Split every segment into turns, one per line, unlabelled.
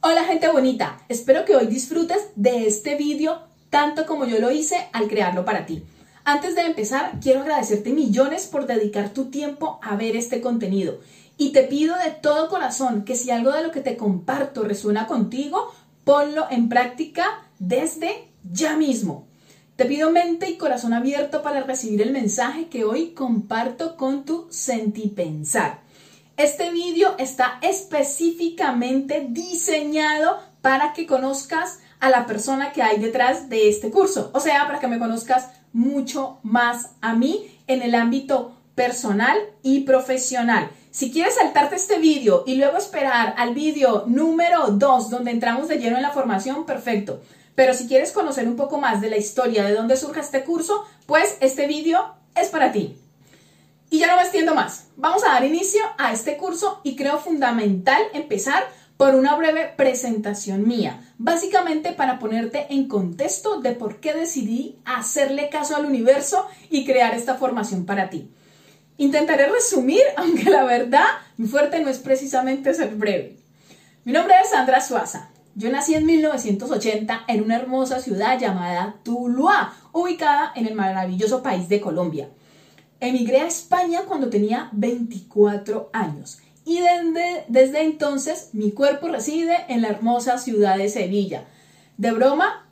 Hola gente bonita, espero que hoy disfrutes de este vídeo tanto como yo lo hice al crearlo para ti. Antes de empezar, quiero agradecerte millones por dedicar tu tiempo a ver este contenido. Y te pido de todo corazón que si algo de lo que te comparto resuena contigo, ponlo en práctica desde ya mismo. Te pido mente y corazón abierto para recibir el mensaje que hoy comparto con tu sentipensar. Este vídeo está específicamente diseñado para que conozcas a la persona que hay detrás de este curso. O sea, para que me conozcas mucho más a mí en el ámbito personal y profesional. Si quieres saltarte este vídeo y luego esperar al vídeo número 2, donde entramos de lleno en la formación, perfecto. Pero si quieres conocer un poco más de la historia de dónde surge este curso, pues este vídeo es para ti. Y ya no me extiendo más. Vamos a dar inicio a este curso y creo fundamental empezar por una breve presentación mía, básicamente para ponerte en contexto de por qué decidí hacerle caso al universo y crear esta formación para ti. Intentaré resumir, aunque la verdad, mi fuerte no es precisamente ser breve. Mi nombre es Sandra Suaza. Yo nací en 1980 en una hermosa ciudad llamada Tuluá, ubicada en el maravilloso país de Colombia. Emigré a España cuando tenía 24 años y desde entonces mi cuerpo reside en la hermosa ciudad de Sevilla. De broma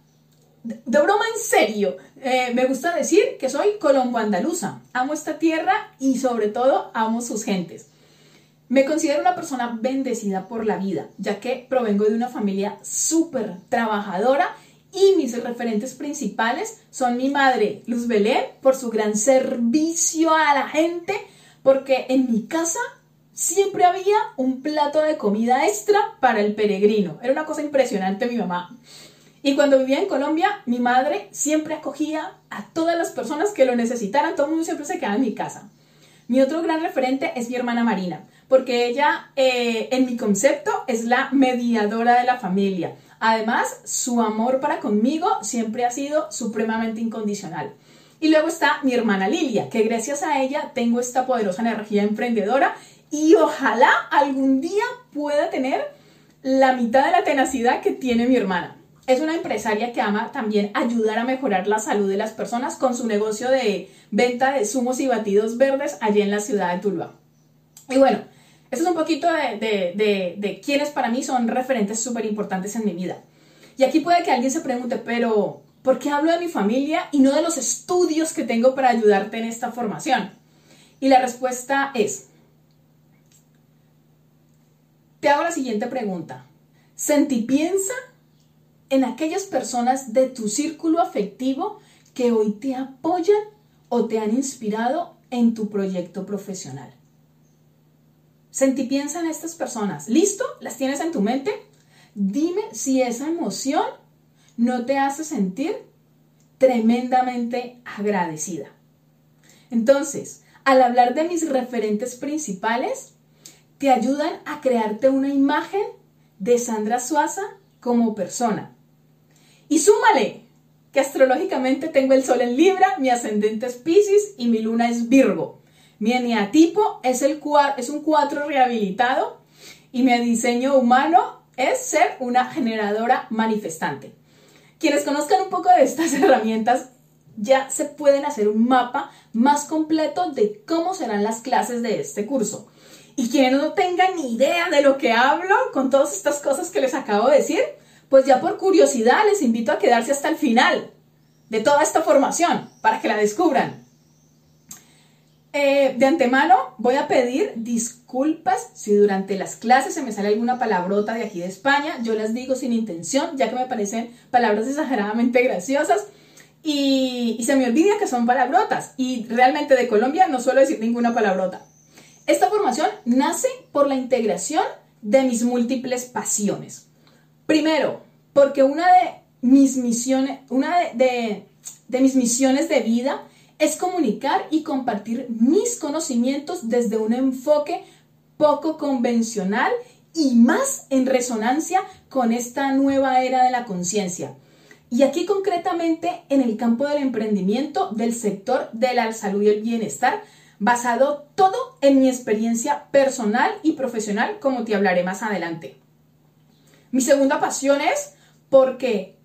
en serio, me gusta decir que soy colombo-andaluza. Amo esta tierra y sobre todo amo sus gentes. Me considero una persona bendecida por la vida, ya que provengo de una familia súper trabajadora y mis referentes principales son mi madre, Luz Belén, por su gran servicio a la gente, porque en mi casa siempre había un plato de comida extra para el peregrino. Era una cosa impresionante mi mamá. Y cuando vivía en Colombia, mi madre siempre acogía a todas las personas que lo necesitaran. Todo el mundo siempre se quedaba en mi casa. Mi otro gran referente es mi hermana Marina, porque ella, en mi concepto, es la mediadora de la familia. Además, su amor para conmigo siempre ha sido supremamente incondicional. Y luego está mi hermana Lilia, que gracias a ella tengo esta poderosa energía emprendedora y ojalá algún día pueda tener la mitad de la tenacidad que tiene mi hermana. Es una empresaria que ama también ayudar a mejorar la salud de las personas con su negocio de venta de zumos y batidos verdes allí en la ciudad de Tuluá. Y bueno, eso es un poquito de quienes para mí son referentes súper importantes en mi vida. Y aquí puede que alguien se pregunte, pero ¿por qué hablo de mi familia y no de los estudios que tengo para ayudarte en esta formación? Y la respuesta es, te hago la siguiente pregunta. Piensa en aquellas personas de tu círculo afectivo que hoy te apoyan o te han inspirado en tu proyecto profesional. Piensa en estas personas. ¿Listo? ¿Las tienes en tu mente? Dime si esa emoción no te hace sentir tremendamente agradecida. Entonces, al hablar de mis referentes principales, te ayudan a crearte una imagen de Sandra Suaza como persona. Y súmale que astrológicamente tengo el sol en Libra, mi ascendente es Piscis y mi luna es Virgo. Mi eneatipo es un 4 rehabilitado y mi diseño humano es ser una generadora manifestante. Quienes conozcan un poco de estas herramientas ya se pueden hacer un mapa más completo de cómo serán las clases de este curso. Y quienes no tengan ni idea de lo que hablo con todas estas cosas que les acabo de decir, pues ya por curiosidad les invito a quedarse hasta el final de toda esta formación para que la descubran. De antemano voy a pedir disculpas si durante las clases se me sale alguna palabrota de aquí de España. Yo las digo sin intención, ya que me parecen palabras exageradamente graciosas y se me olvida que son palabrotas. Y realmente de Colombia no suelo decir ninguna palabrota. Esta formación nace por la integración de mis múltiples pasiones. Primero, porque una de mis misiones de vida es comunicar y compartir mis conocimientos desde un enfoque poco convencional y más en resonancia con esta nueva era de la conciencia. Y aquí concretamente en el campo del emprendimiento del sector de la salud y el bienestar, basado todo en mi experiencia personal y profesional, como te hablaré más adelante. Mi segunda pasión es porque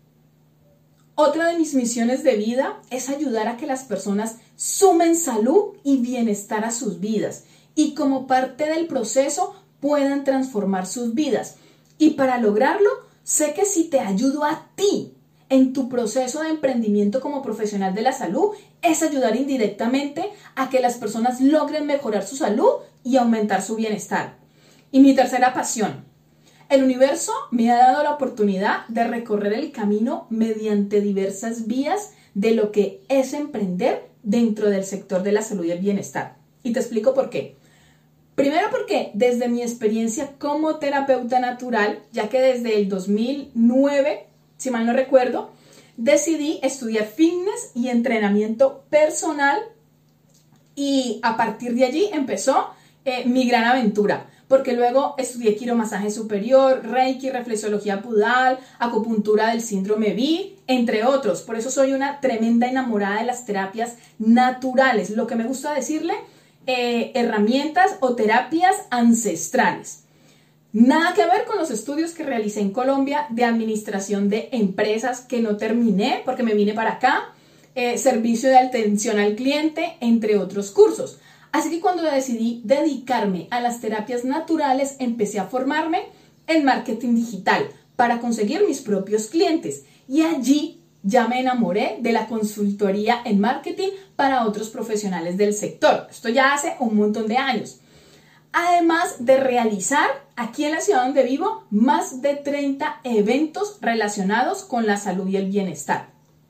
otra de mis misiones de vida es ayudar a que las personas sumen salud y bienestar a sus vidas y como parte del proceso puedan transformar sus vidas. Y para lograrlo, sé que si te ayudo a ti en tu proceso de emprendimiento como profesional de la salud, es ayudar indirectamente a que las personas logren mejorar su salud y aumentar su bienestar. Y mi tercera pasión. El universo me ha dado la oportunidad de recorrer el camino mediante diversas vías de lo que es emprender dentro del sector de la salud y el bienestar. Y te explico por qué. Primero porque desde mi experiencia como terapeuta natural, ya que desde el 2009, si mal no recuerdo, decidí estudiar fitness y entrenamiento personal y a partir de allí empezó mi gran aventura. Porque luego estudié quiromasaje superior, reiki, reflexología pudal, acupuntura del síndrome B, entre otros. Por eso soy una tremenda enamorada de las terapias naturales. Lo que me gusta decirle, herramientas o terapias ancestrales. Nada que ver con los estudios que realicé en Colombia de administración de empresas que no terminé porque me vine para acá, servicio de atención al cliente, entre otros cursos. Así que cuando decidí dedicarme a las terapias naturales, empecé a formarme en marketing digital para conseguir mis propios clientes. Y allí ya me enamoré de la consultoría en marketing para otros profesionales del sector. Esto ya hace un montón de años. Además de realizar aquí en la ciudad donde vivo más de 30 eventos relacionados con la salud y el bienestar.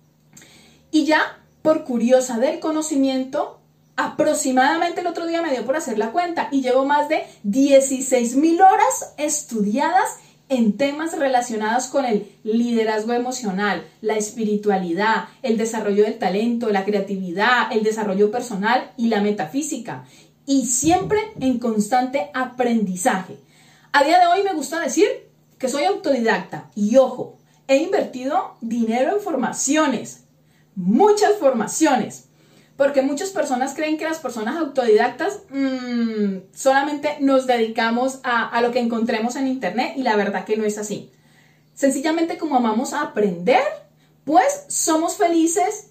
Y ya por curiosa del conocimiento, aproximadamente el otro día me dio por hacer la cuenta y llevo más de 16.000 horas estudiadas en temas relacionados con el liderazgo emocional, la espiritualidad, el desarrollo del talento, la creatividad, el desarrollo personal y la metafísica. Y siempre en constante aprendizaje. A día de hoy me gusta decir que soy autodidacta y ojo, he invertido dinero en formaciones, muchas formaciones. Porque muchas personas creen que las personas autodidactas solamente nos dedicamos a lo que encontremos en internet y la verdad que no es así. Sencillamente como amamos a aprender, pues somos felices.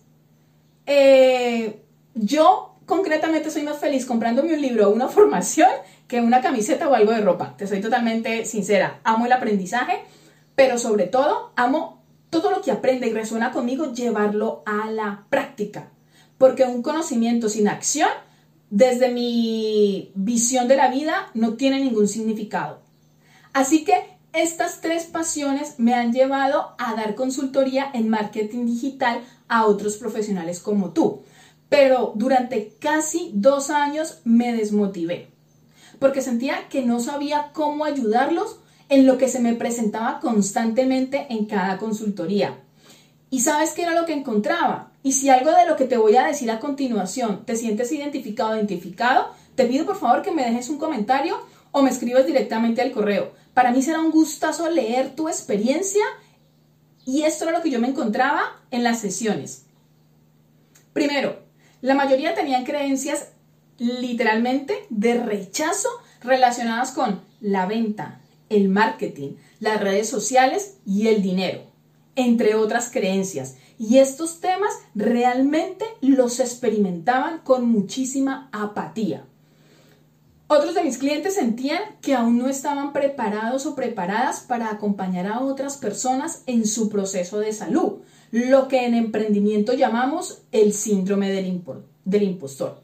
Yo concretamente soy más feliz comprándome un libro o una formación que una camiseta o algo de ropa. Te soy totalmente sincera. Amo el aprendizaje, pero sobre todo amo todo lo que aprende y resuena conmigo, llevarlo a la práctica. Porque un conocimiento sin acción, desde mi visión de la vida, no tiene ningún significado. Así que estas tres pasiones me han llevado a dar consultoría en marketing digital a otros profesionales como tú. Pero durante casi 2 años me desmotivé. Porque sentía que no sabía cómo ayudarlos en lo que se me presentaba constantemente en cada consultoría. ¿Y sabes qué era lo que encontraba? Y si algo de lo que te voy a decir a continuación te sientes identificado o identificado, te pido por favor que me dejes un comentario o me escribas directamente al correo. Para mí será un gustazo leer tu experiencia y esto era lo que yo me encontraba en las sesiones. Primero, la mayoría tenían creencias literalmente de rechazo relacionadas con la venta, el marketing, las redes sociales y el dinero, entre otras creencias. Y estos temas realmente los experimentaban con muchísima apatía. Otros de mis clientes sentían que aún no estaban preparados o preparadas para acompañar a otras personas en su proceso de salud, lo que en emprendimiento llamamos el síndrome del impostor.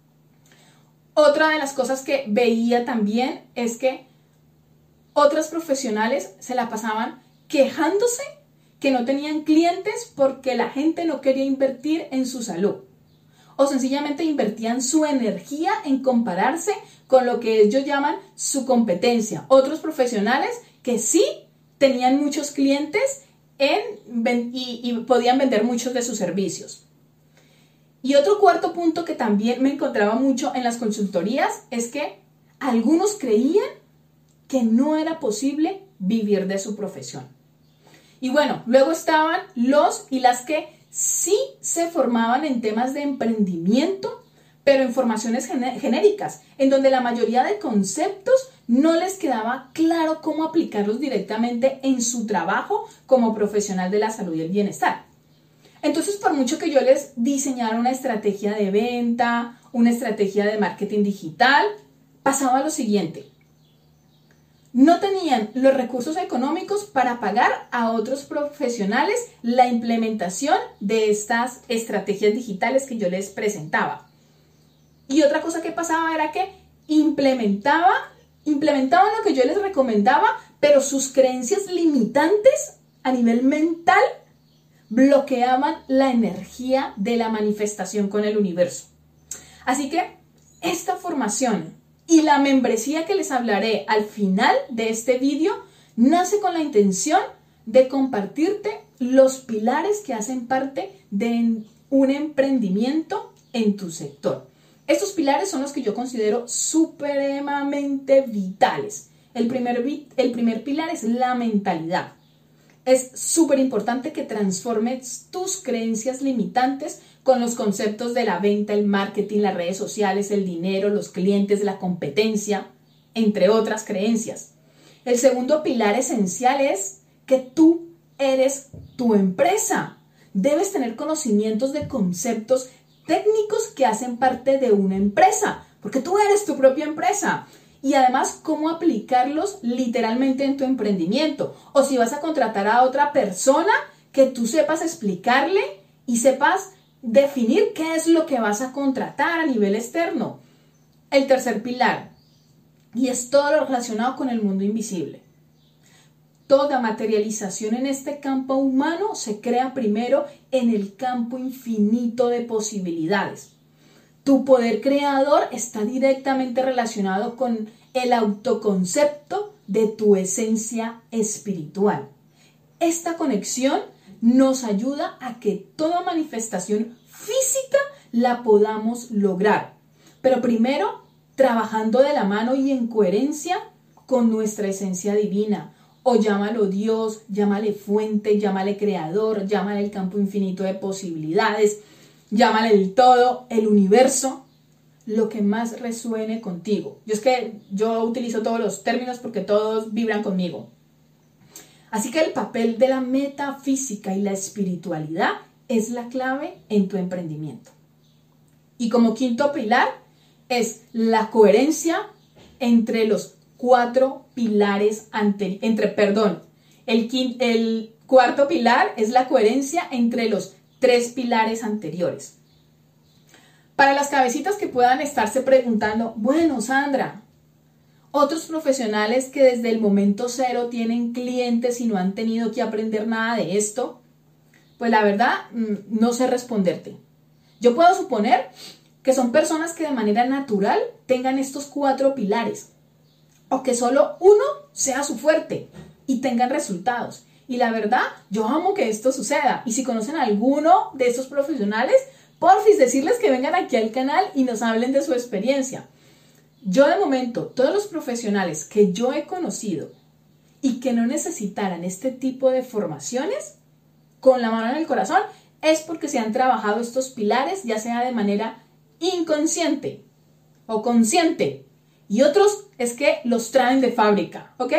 Otra de las cosas que veía también es que otras profesionales se la pasaban quejándose que no tenían clientes porque la gente no quería invertir en su salud. O sencillamente invertían su energía en compararse con lo que ellos llaman su competencia. Otros profesionales que sí tenían muchos clientes y podían vender muchos de sus servicios. Y otro cuarto punto que también me encontraba mucho en las consultorías es que algunos creían que no era posible vivir de su profesión. Y bueno, luego estaban los y las que sí se formaban en temas de emprendimiento, pero en formaciones genéricas, en donde la mayoría de conceptos no les quedaba claro cómo aplicarlos directamente en su trabajo como profesional de la salud y el bienestar. Entonces, por mucho que yo les diseñara una estrategia de venta, una estrategia de marketing digital, pasaba lo siguiente. No tenían los recursos económicos para pagar a otros profesionales la implementación de estas estrategias digitales que yo les presentaba. Y otra cosa que pasaba era que implementaban lo que yo les recomendaba, pero sus creencias limitantes a nivel mental bloqueaban la energía de la manifestación con el universo. Así que esta formación y la membresía que les hablaré al final de este vídeo nace con la intención de compartirte los pilares que hacen parte de un emprendimiento en tu sector. Estos pilares son los que yo considero supremamente vitales. El primer pilar es la mentalidad. Es súper importante que transformes tus creencias limitantes con los conceptos de la venta, el marketing, las redes sociales, el dinero, los clientes, la competencia, entre otras creencias. El segundo pilar esencial es que tú eres tu empresa. Debes tener conocimientos de conceptos técnicos que hacen parte de una empresa, porque tú eres tu propia empresa. Y además, cómo aplicarlos literalmente en tu emprendimiento. O si vas a contratar a otra persona, que tú sepas explicarle y sepas definir qué es lo que vas a contratar a nivel externo. El tercer pilar, y es todo lo relacionado con el mundo invisible. Toda materialización en este campo humano se crea primero en el campo infinito de posibilidades. Tu poder creador está directamente relacionado con el autoconcepto de tu esencia espiritual. Esta conexión nos ayuda a que toda manifestación física la podamos lograr, pero primero trabajando de la mano y en coherencia con nuestra esencia divina. O llámalo Dios, llámale fuente, llámale creador, llámale el campo infinito de posibilidades, llámale el todo, el universo, lo que más resuene contigo. Yo utilizo todos los términos porque todos vibran conmigo. Así que el papel de la metafísica y la espiritualidad es la clave en tu emprendimiento. Y como quinto pilar es la coherencia entre los cuatro pilares el cuarto pilar es la coherencia entre los tres pilares anteriores. Para las cabecitas que puedan estarse preguntando, bueno, Sandra, otros profesionales que desde el momento cero tienen clientes y no han tenido que aprender nada de esto, pues la verdad no sé responderte. Yo puedo suponer que son personas que de manera natural tengan estos cuatro pilares, o que solo uno sea su fuerte y tengan resultados. Y la verdad, yo amo que esto suceda. Y si conocen a alguno de estos profesionales, porfis, decirles que vengan aquí al canal y nos hablen de su experiencia. Yo de momento, todos los profesionales que yo he conocido y que no necesitaran este tipo de formaciones, con la mano en el corazón, es porque se han trabajado estos pilares, ya sea de manera inconsciente o consciente. Y otros es que los traen de fábrica, ¿ok?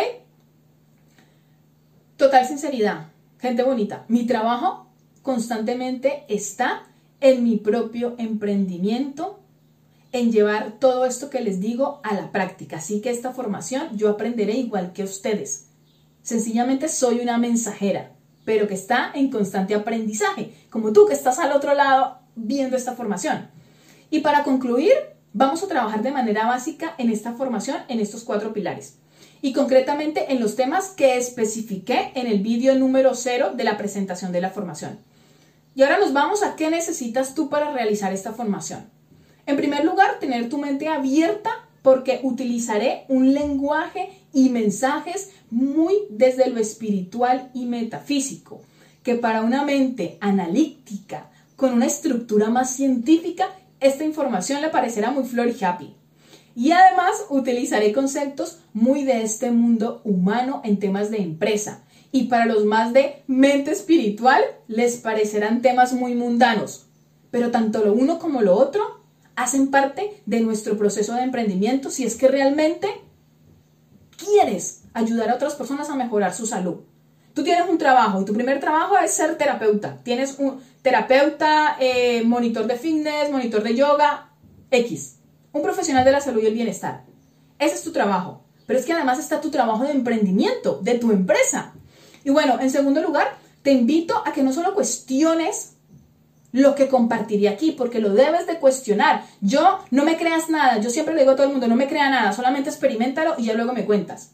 Total sinceridad, gente bonita, mi trabajo constantemente está en mi propio emprendimiento, en llevar todo esto que les digo a la práctica. Así que esta formación yo aprenderé igual que ustedes. Sencillamente soy una mensajera, pero que está en constante aprendizaje, como tú que estás al otro lado viendo esta formación. Y para concluir, vamos a trabajar de manera básica en esta formación en estos cuatro pilares y concretamente en los temas que especifiqué en el vídeo número 0 de la presentación de la formación. Y ahora nos vamos a qué necesitas tú para realizar esta formación. En primer lugar, tener tu mente abierta porque utilizaré un lenguaje y mensajes muy desde lo espiritual y metafísico, que para una mente analítica con una estructura más científica esta información le parecerá muy flor y happy. Y además utilizaré conceptos muy de este mundo humano en temas de empresa. Y para los más de mente espiritual les parecerán temas muy mundanos. Pero tanto lo uno como lo otro hacen parte de nuestro proceso de emprendimiento si es que realmente quieres ayudar a otras personas a mejorar su salud. Tú tienes un trabajo y tu primer trabajo es ser terapeuta. Tienes un terapeuta, monitor de fitness, monitor de yoga, X. Un profesional de la salud y el bienestar. Ese es tu trabajo. Pero es que además está tu trabajo de emprendimiento, de tu empresa. Y bueno, en segundo lugar, te invito a que no solo cuestiones lo que compartiría aquí, porque lo debes de cuestionar. Yo, no me creas nada. Yo siempre le digo a todo el mundo, no me crea nada, solamente experiméntalo y ya luego me cuentas.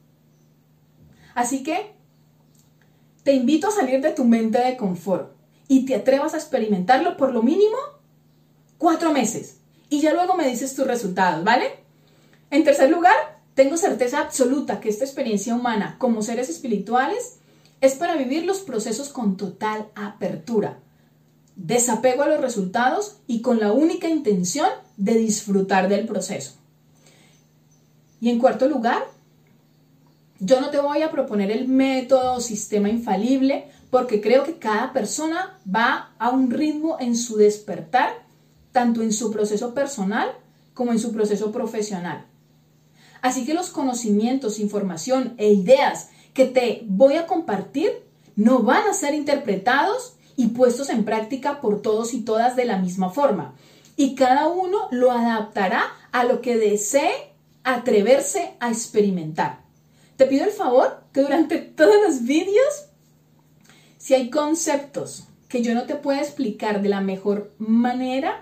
Así que te invito a salir de tu mente de confort y te atrevas a experimentarlo por lo mínimo 4 meses. Y ya luego me dices tus resultados, ¿vale? En tercer lugar, tengo certeza absoluta que esta experiencia humana como seres espirituales es para vivir los procesos con total apertura, desapego a los resultados y con la única intención de disfrutar del proceso. Y en cuarto lugar, yo no te voy a proponer el método o sistema infalible porque creo que cada persona va a un ritmo en su despertar, tanto en su proceso personal como en su proceso profesional. Así que los conocimientos, información e ideas que te voy a compartir no van a ser interpretados y puestos en práctica por todos y todas de la misma forma. Y cada uno lo adaptará a lo que desee atreverse a experimentar. Te pido el favor que durante todos los vídeos, si hay conceptos que yo no te pueda explicar de la mejor manera,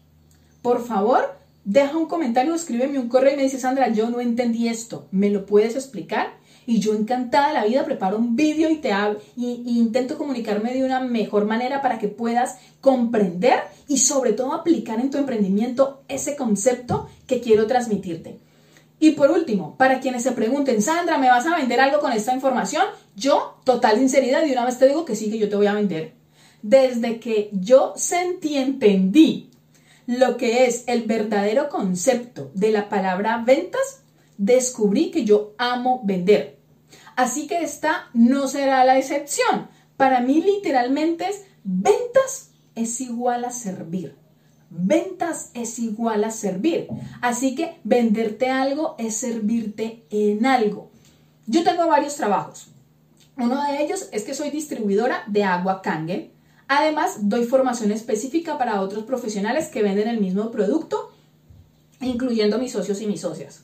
por favor, deja un comentario o escríbeme un correo y me dice, Sandra, yo no entendí esto, ¿me lo puedes explicar? Y yo encantada de la vida preparo un vídeo y te hablo y intento comunicarme de una mejor manera para que puedas comprender y sobre todo aplicar en tu emprendimiento ese concepto que quiero transmitirte. Y por último, para quienes se pregunten, Sandra, ¿me vas a vender algo con esta información? Yo, total sinceridad, de una vez te digo que sí, que yo te voy a vender. Desde que yo sentí y entendí lo que es el verdadero concepto de la palabra ventas, descubrí que yo amo vender. Así que esta no será la excepción. Para mí literalmente ventas es igual a servir. Ventas es igual a servir. Así que venderte algo es servirte en algo. Yo tengo varios trabajos. Uno de ellos es que soy distribuidora de agua Kangen. Además, doy formación específica para otros profesionales que venden el mismo producto, incluyendo mis socios y mis socias.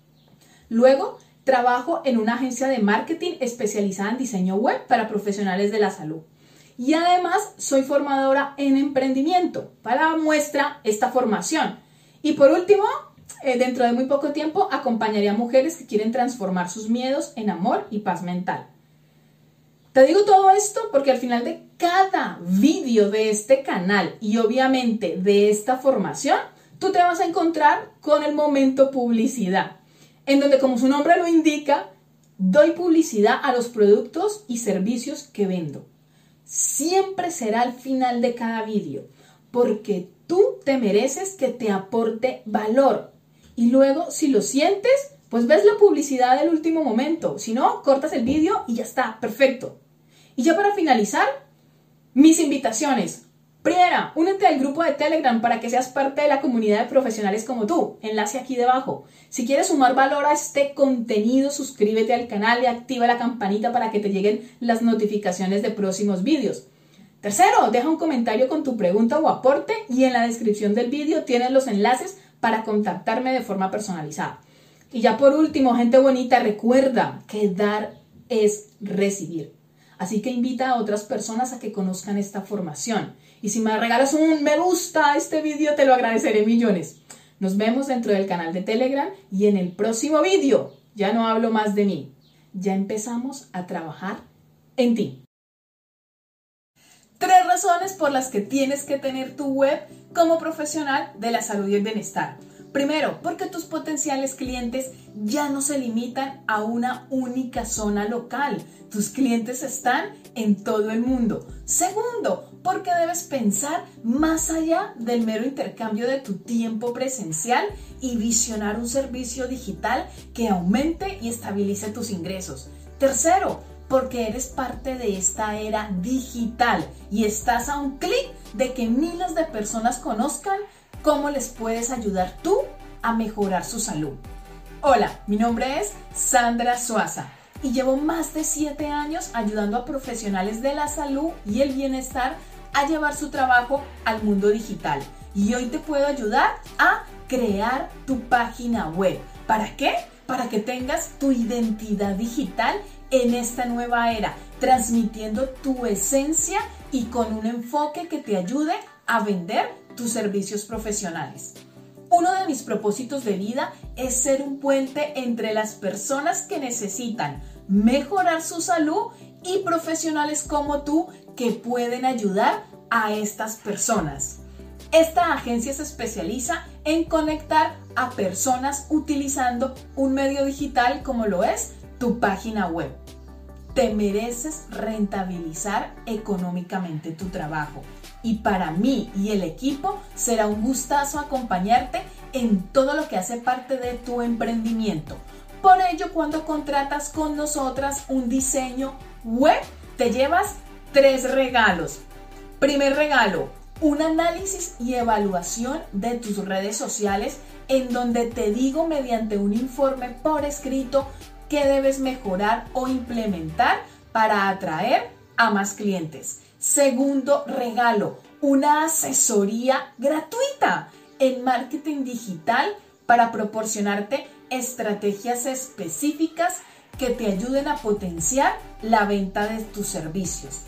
Luego, trabajo en una agencia de marketing especializada en diseño web para profesionales de la salud. Y además, soy formadora en emprendimiento. Para muestra esta formación. Y por último, dentro de muy poco tiempo, acompañaré a mujeres que quieren transformar sus miedos en amor y paz mental. Te digo todo esto porque al final de cada vídeo de este canal y obviamente de esta formación, tú te vas a encontrar con el momento publicidad, en donde, como su nombre lo indica, doy publicidad a los productos y servicios que vendo. Siempre será al final de cada vídeo, porque tú te mereces que te aporte valor. Y luego, si lo sientes, pues ves la publicidad del último momento. Si no, cortas el vídeo y ya está, perfecto. Y ya para finalizar, mis invitaciones. Primera, únete al grupo de Telegram para que seas parte de la comunidad de profesionales como tú. Enlace aquí debajo. Si quieres sumar valor a este contenido, suscríbete al canal y activa la campanita para que te lleguen las notificaciones de próximos vídeos. Tercero, deja un comentario con tu pregunta o aporte y en la descripción del vídeo tienes los enlaces para contactarme de forma personalizada. Y ya por último, gente bonita, recuerda que dar es recibir. Así que invita a otras personas a que conozcan esta formación. Y si me regalas un me gusta a este vídeo, te lo agradeceré millones. Nos vemos dentro del canal de Telegram y en el próximo vídeo. Ya no hablo más de mí. Ya empezamos a trabajar en ti. 3 razones por las que tienes que tener tu web como profesional de la salud y el bienestar. Primero, porque tus potenciales clientes ya no se limitan a una única zona local. Tus clientes están en todo el mundo. Segundo, porque debes pensar más allá del mero intercambio de tu tiempo presencial y visionar un servicio digital que aumente y estabilice tus ingresos. Tercero, porque eres parte de esta era digital y estás a un clic de que miles de personas conozcan cómo les puedes ayudar tú a mejorar su salud. Hola, mi nombre es Sandra Suaza y llevo más de 7 años ayudando a profesionales de la salud y el bienestar a llevar su trabajo al mundo digital. Y hoy te puedo ayudar a crear tu página web. ¿Para qué? Para que tengas tu identidad digital en esta nueva era, transmitiendo tu esencia y con un enfoque que te ayude a vender tus servicios profesionales. Uno de mis propósitos de vida es ser un puente entre las personas que necesitan mejorar su salud y profesionales como tú que pueden ayudar a estas personas. Esta agencia se especializa en conectar a personas utilizando un medio digital como lo es tu página web. Te mereces rentabilizar económicamente tu trabajo y para mí y el equipo será un gustazo acompañarte en todo lo que hace parte de tu emprendimiento. Por ello, cuando contratas con nosotras un diseño web, te llevas 3 regalos. Primer regalo, un análisis y evaluación de tus redes sociales en donde te digo mediante un informe por escrito qué debes mejorar o implementar para atraer a más clientes. Segundo regalo, una asesoría gratuita en marketing digital para proporcionarte estrategias específicas que te ayuden a potenciar la venta de tus servicios.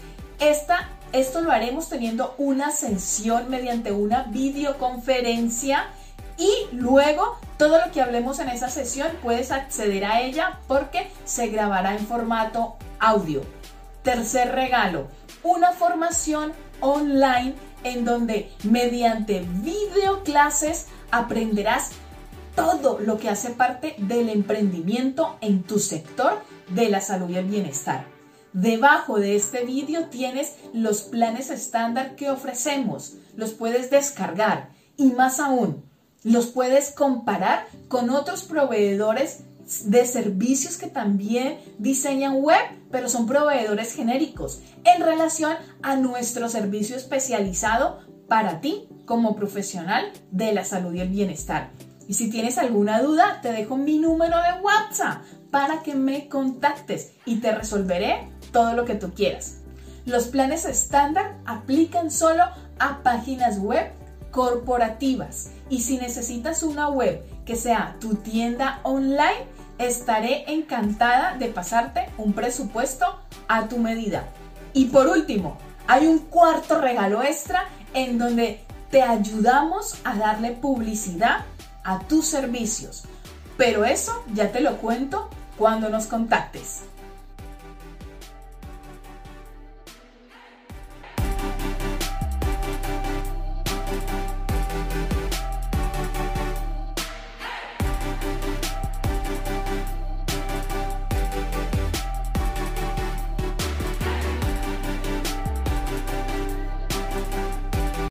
Esto lo haremos teniendo una sesión mediante una videoconferencia y luego todo lo que hablemos en esa sesión puedes acceder a ella porque se grabará en formato audio. Tercer regalo, una formación online en donde mediante videoclases aprenderás todo lo que hace parte del emprendimiento en tu sector de la salud y el bienestar. Debajo de este vídeo tienes los planes estándar que ofrecemos, los puedes descargar y más aún, los puedes comparar con otros proveedores de servicios que también diseñan web, pero son proveedores genéricos en relación a nuestro servicio especializado para ti como profesional de la salud y el bienestar. Y si tienes alguna duda, te dejo mi número de WhatsApp para que me contactes y te resolveré todo lo que tú quieras. Los planes estándar aplican solo a páginas web corporativas y si necesitas una web que sea tu tienda online, estaré encantada de pasarte un presupuesto a tu medida. Y por último, hay un cuarto regalo extra en donde te ayudamos a darle publicidad a tus servicios. Pero eso ya te lo cuento cuando nos contactes.